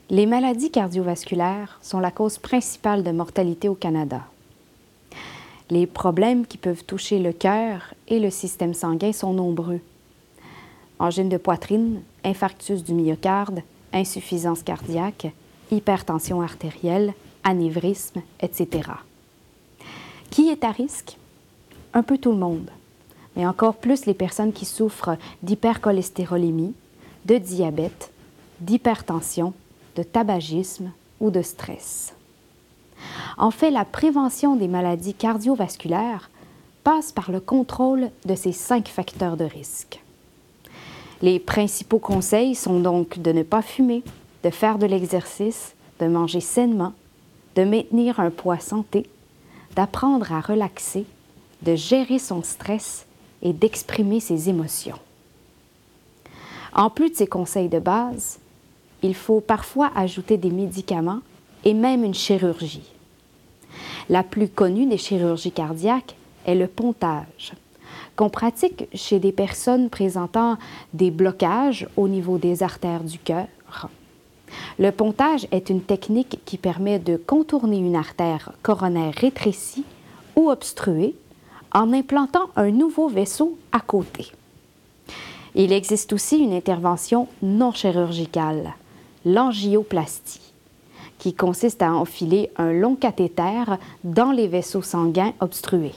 Les maladies cardiovasculaires sont la cause principale de mortalité au Canada. Les problèmes qui peuvent toucher le cœur et le système sanguin sont nombreux. Angine de poitrine, infarctus du myocarde, insuffisance cardiaque, hypertension artérielle, anévrisme, etc. Qui est à risque? Un peu tout le monde, mais encore plus les personnes qui souffrent d'hypercholestérolémie, de diabète, d'hypertension, de tabagisme ou de stress. En fait, la prévention des maladies cardiovasculaires passe par le contrôle de ces 5 facteurs de risque. Les principaux conseils sont donc de ne pas fumer, de faire de l'exercice, de manger sainement, de maintenir un poids santé, d'apprendre à relaxer, de gérer son stress et d'exprimer ses émotions. En plus de ces conseils de base, il faut parfois ajouter des médicaments et même une chirurgie. La plus connue des chirurgies cardiaques est le pontage, qu'on pratique chez des personnes présentant des blocages au niveau des artères du cœur. Le pontage est une technique qui permet de contourner une artère coronaire rétrécie ou obstruée en implantant un nouveau vaisseau à côté. Il existe aussi une intervention non chirurgicale, l'angioplastie, qui consiste à enfiler un long cathéter dans les vaisseaux sanguins obstrués.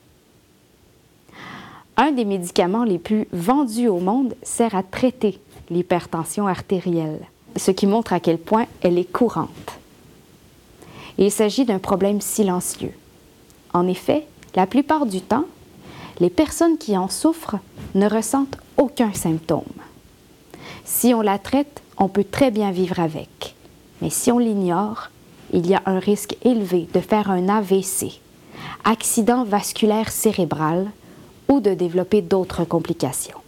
Un des médicaments les plus vendus au monde sert à traiter l'hypertension artérielle, ce qui montre à quel point elle est courante. Il s'agit d'un problème silencieux. En effet, la plupart du temps, les personnes qui en souffrent ne ressentent aucun symptôme. Si on la traite, on peut très bien vivre avec. Mais si on l'ignore, il y a un risque élevé de faire un AVC, accident vasculaire cérébral, ou de développer d'autres complications.